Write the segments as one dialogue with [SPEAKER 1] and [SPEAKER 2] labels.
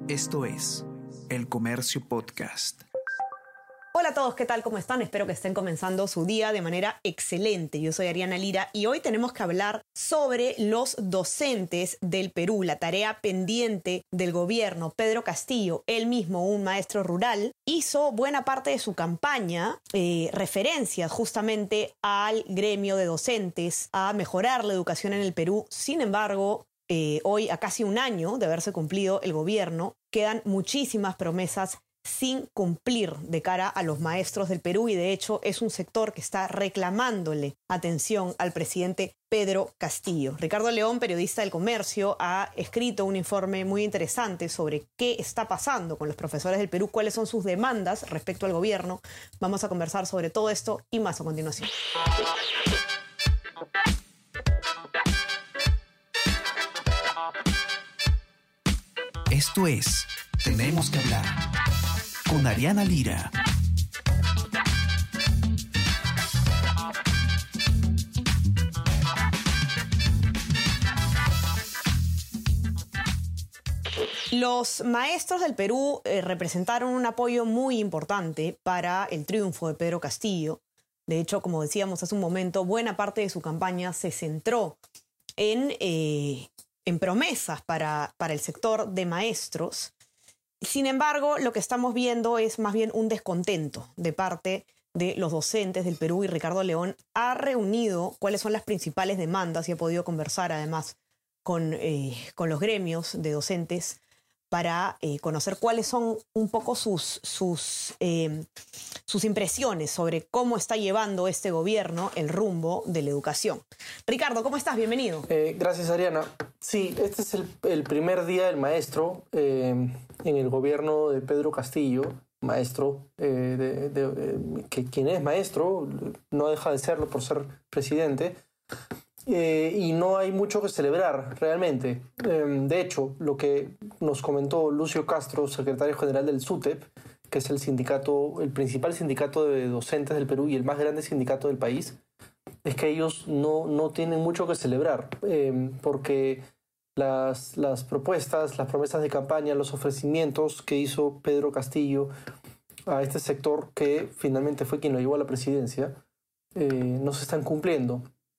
[SPEAKER 1] Esto es El Comercio Podcast.
[SPEAKER 2] Hola a todos, ¿qué tal? ¿Cómo están? Espero que estén comenzando su día de manera excelente. Yo soy Ariana Lira y hoy tenemos que hablar sobre los docentes del Perú, la tarea pendiente del gobierno. Pedro Castillo, él mismo un maestro rural, hizo buena parte de su campaña referencias justamente al gremio de docentes, a mejorar la educación en el Perú. Sin embargo, hoy, a casi un año de haberse cumplido el gobierno, quedan muchísimas promesas sin cumplir de cara a los maestros del Perú, y de hecho es un sector que está reclamándole atención al presidente Pedro Castillo. Ricardo León, periodista del Comercio, ha escrito un informe muy interesante sobre qué está pasando con los profesores del Perú, cuáles son sus demandas respecto al gobierno. Vamos a conversar sobre todo esto y más a continuación.
[SPEAKER 1] Esto es Tenemos que hablar con Ariana Lira.
[SPEAKER 2] Los maestros del Perú representaron un apoyo muy importante para el triunfo de Pedro Castillo. De hecho, como decíamos hace un momento, buena parte de su campaña se centró en promesas para el sector de maestros. Sin embargo, lo que estamos viendo es más bien un descontento de parte de los docentes del Perú, y Ricardo León ha reunido cuáles son las principales demandas y ha podido conversar además con los gremios de docentes para conocer cuáles son un poco sus impresiones sobre cómo está llevando este gobierno el rumbo de la educación. Ricardo, ¿cómo estás? Bienvenido.
[SPEAKER 3] Gracias, Ariana. Sí, este es el primer día del maestro en el gobierno de Pedro Castillo. Maestro, que quien es maestro no deja de serlo por ser presidente. Y no hay mucho que celebrar realmente. De hecho, lo que nos comentó Lucio Castro, secretario general del SUTEP, que es el principal sindicato de docentes del Perú y el más grande sindicato del país, es que ellos no tienen mucho que celebrar, porque las propuestas, las promesas de campaña, los ofrecimientos que hizo Pedro Castillo a este sector, que finalmente fue quien lo llevó a la presidencia, no se están cumpliendo.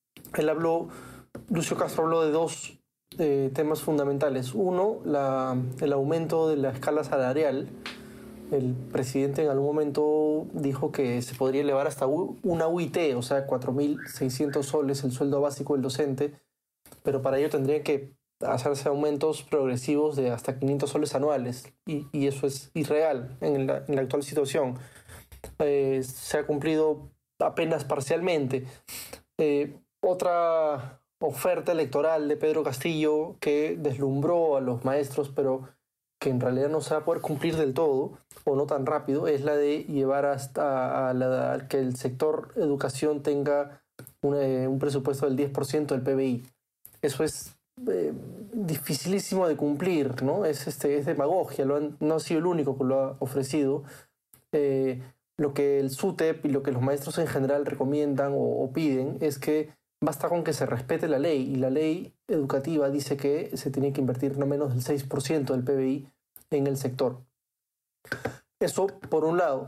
[SPEAKER 3] Lucio Castro habló de dos temas fundamentales. Uno, el aumento de la escala salarial. El presidente en algún momento dijo que se podría elevar hasta una UIT, o sea, 4.600 soles el sueldo básico del docente, pero para ello tendrían que hacerse aumentos progresivos de hasta 500 soles anuales, y eso es irreal en la actual situación. Se ha cumplido apenas parcialmente. Otra oferta electoral de Pedro Castillo que deslumbró a los maestros, pero que en realidad no se va a poder cumplir del todo, o no tan rápido, es la de llevar hasta que el sector educación tenga un presupuesto del 10% del PBI. Eso es dificilísimo de cumplir, ¿no? Es demagogia, no ha sido el único que lo ha ofrecido. Lo que el SUTEP y lo que los maestros en general recomiendan o piden es que basta con que se respete la ley, y la ley educativa dice que se tiene que invertir no menos del 6% del PBI en el sector. Eso por un lado.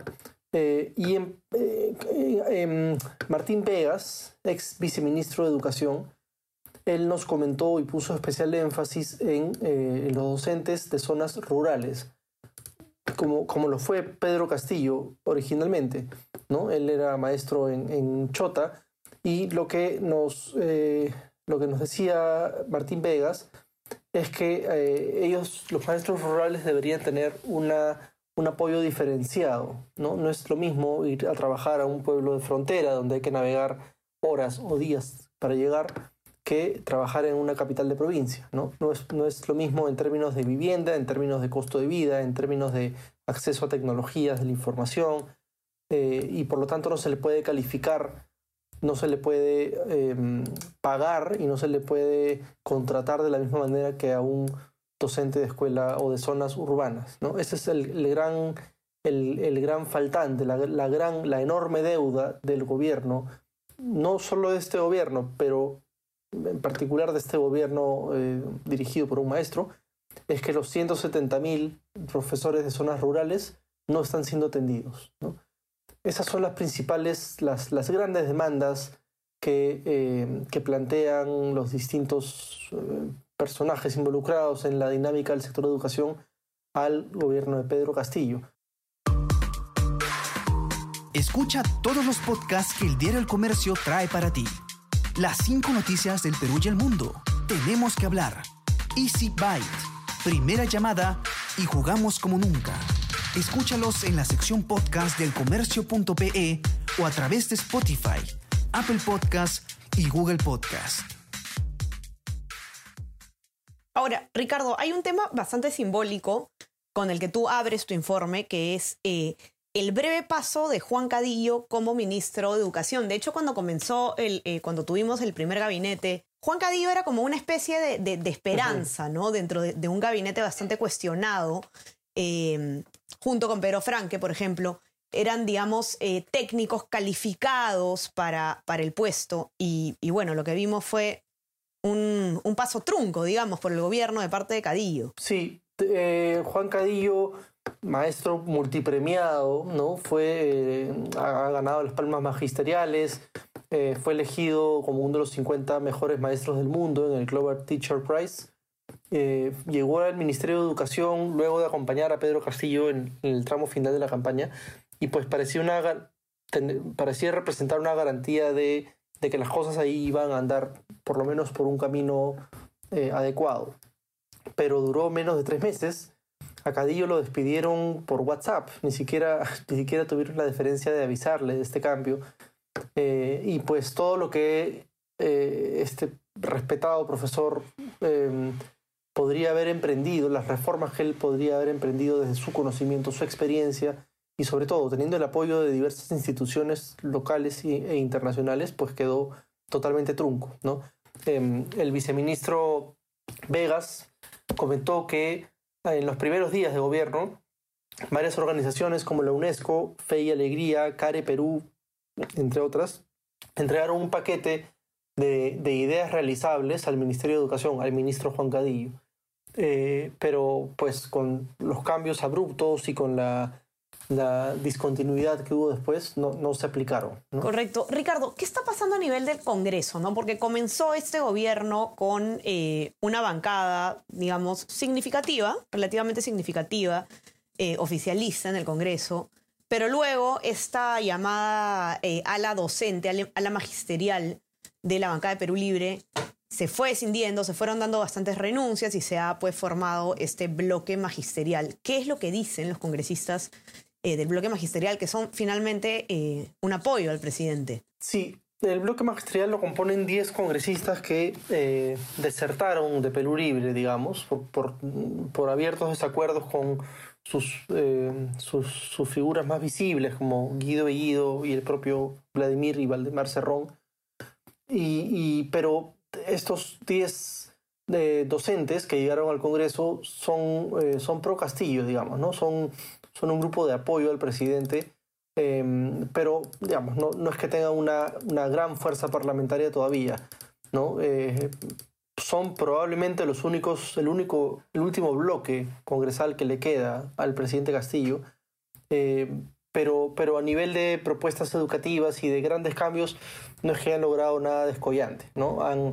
[SPEAKER 3] Martín Vegas, ex viceministro de Educación, él nos comentó y puso especial énfasis en los docentes de zonas rurales, como lo fue Pedro Castillo originalmente, ¿no? Él era maestro en Chota, y lo que nos decía Martín Vegas es que los maestros rurales, deberían tener un apoyo diferenciado, ¿no? No es lo mismo ir a trabajar a un pueblo de frontera donde hay que navegar horas o días para llegar, que trabajar en una capital de provincia, ¿no? No es lo mismo en términos de vivienda, en términos de costo de vida, en términos de acceso a tecnologías de la información, y por lo tanto no se le puede calificar, no se le puede pagar y no se le puede contratar de la misma manera que a un docente de escuela o de zonas urbanas, ¿no? Ese es el gran faltante, la enorme deuda del gobierno, no solo de este gobierno, pero en particular de este gobierno dirigido por un maestro, es que los 170.000 profesores de zonas rurales no están siendo atendidos, ¿no? Esas son las principales, las grandes demandas que plantean los distintos personajes involucrados en la dinámica del sector de educación al gobierno de Pedro Castillo.
[SPEAKER 1] Escucha todos los podcasts que el diario El Comercio trae para ti. Las 5 noticias del Perú y el mundo. Tenemos que hablar. Easy Byte. Primera llamada y jugamos como nunca. Escúchalos en la sección podcast del comercio.pe o a través de Spotify, Apple Podcast y Google Podcast.
[SPEAKER 2] Ahora, Ricardo, hay un tema bastante simbólico con el que tú abres tu informe, que es el breve paso de Juan Cadillo como ministro de Educación. De hecho, cuando cuando tuvimos el primer gabinete, Juan Cadillo era como una especie de esperanza, ¿no? Dentro de un gabinete bastante cuestionado, junto con Pedro Franque, por ejemplo. Eran, digamos, técnicos calificados para el puesto. Y bueno, lo que vimos fue un paso trunco, digamos, por el gobierno de parte de Cadillo.
[SPEAKER 3] Sí, Juan Cadillo, maestro multipremiado, ¿no? Ha ganado las palmas magisteriales, fue elegido como uno de los 50 mejores maestros del mundo en el Global Teacher Prize. Llegó al Ministerio de Educación luego de acompañar a Pedro Castillo en el tramo final de la campaña y pues parecía representar una garantía de que las cosas ahí iban a andar por lo menos por un camino adecuado. Pero duró menos de 3 meses. A Cadillo lo despidieron por WhatsApp, ni siquiera tuvieron la deferencia de avisarle de este cambio. Y pues todo lo que este respetado profesor podría haber emprendido, las reformas que él podría haber emprendido desde su conocimiento, su experiencia y sobre todo teniendo el apoyo de diversas instituciones locales e internacionales, pues quedó totalmente trunco, ¿no? El viceministro Vegas comentó que en los primeros días de gobierno varias organizaciones como la UNESCO, Fe y Alegría, CARE Perú, entre otras, entregaron un paquete de ideas realizables al Ministerio de Educación, al ministro Juan Cadillo. Pero pues con los cambios abruptos y con la discontinuidad que hubo después no se aplicaron, ¿no?
[SPEAKER 2] Correcto. Ricardo, ¿qué está pasando a nivel del Congreso, ¿no? Porque comenzó este gobierno con una bancada, digamos, relativamente significativa, oficialista en el Congreso, pero luego esta llamada ala docente, ala magisterial de la bancada de Perú Libre se fue escindiendo, se fueron dando bastantes renuncias y se ha pues formado este bloque magisterial. ¿Qué es lo que dicen los congresistas del bloque magisterial, que son finalmente un apoyo al presidente?
[SPEAKER 3] Sí, el bloque magisterial lo componen 10 congresistas que desertaron de Perú Libre, digamos, por abiertos desacuerdos con sus figuras más visibles, como Guido Bellido y el propio Vladimir y Valdemar Cerrón. Pero estos 10 docentes que llegaron al Congreso son pro Castillo, digamos, ¿no? Son un grupo de apoyo al presidente, pero digamos, no es que tengan una gran fuerza parlamentaria todavía, ¿no? Son probablemente el último bloque congresal que le queda al presidente Castillo, pero a nivel de propuestas educativas y de grandes cambios no es que hayan logrado nada descollante, ¿no? Han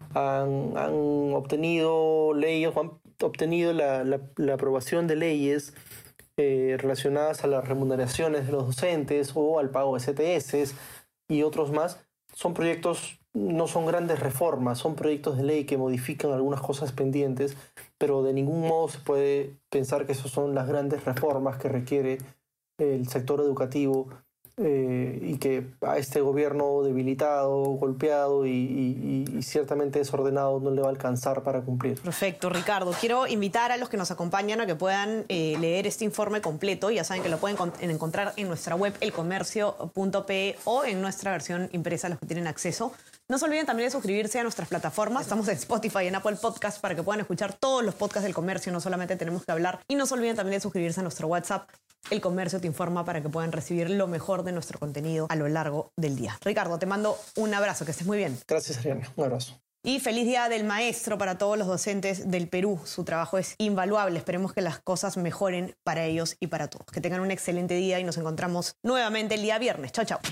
[SPEAKER 3] obtenido leyes, han obtenido la aprobación de leyes relacionadas a las remuneraciones de los docentes o al pago de CTS y otros más. Son proyectos, no son grandes reformas, son proyectos de ley que modifican algunas cosas pendientes, pero de ningún modo se puede pensar que esas son las grandes reformas que requiere el sector educativo y que a este gobierno debilitado, golpeado y ciertamente desordenado no le va a alcanzar para cumplir.
[SPEAKER 2] Perfecto, Ricardo. Quiero invitar a los que nos acompañan a que puedan leer este informe completo. Ya saben que lo pueden encontrar en nuestra web elcomercio.pe o en nuestra versión impresa, los que tienen acceso. No se olviden también de suscribirse a nuestras plataformas. Estamos en Spotify y en Apple Podcast para que puedan escuchar todos los podcasts del Comercio. No solamente Tenemos que Hablar. Y no se olviden también de suscribirse a nuestro WhatsApp. El Comercio te informa para que puedan recibir lo mejor de nuestro contenido a lo largo del día. Ricardo, te mando un abrazo. Que estés muy bien.
[SPEAKER 3] Gracias, Ariana. Un abrazo.
[SPEAKER 2] Y feliz Día del Maestro para todos los docentes del Perú. Su trabajo es invaluable. Esperemos que las cosas mejoren para ellos y para todos. Que tengan un excelente día y nos encontramos nuevamente el día viernes. Chao, chao.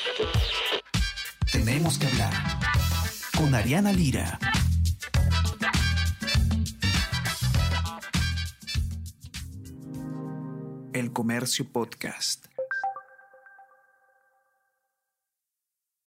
[SPEAKER 1] Tenemos que hablar con Ariana Lira. El Comercio Podcast.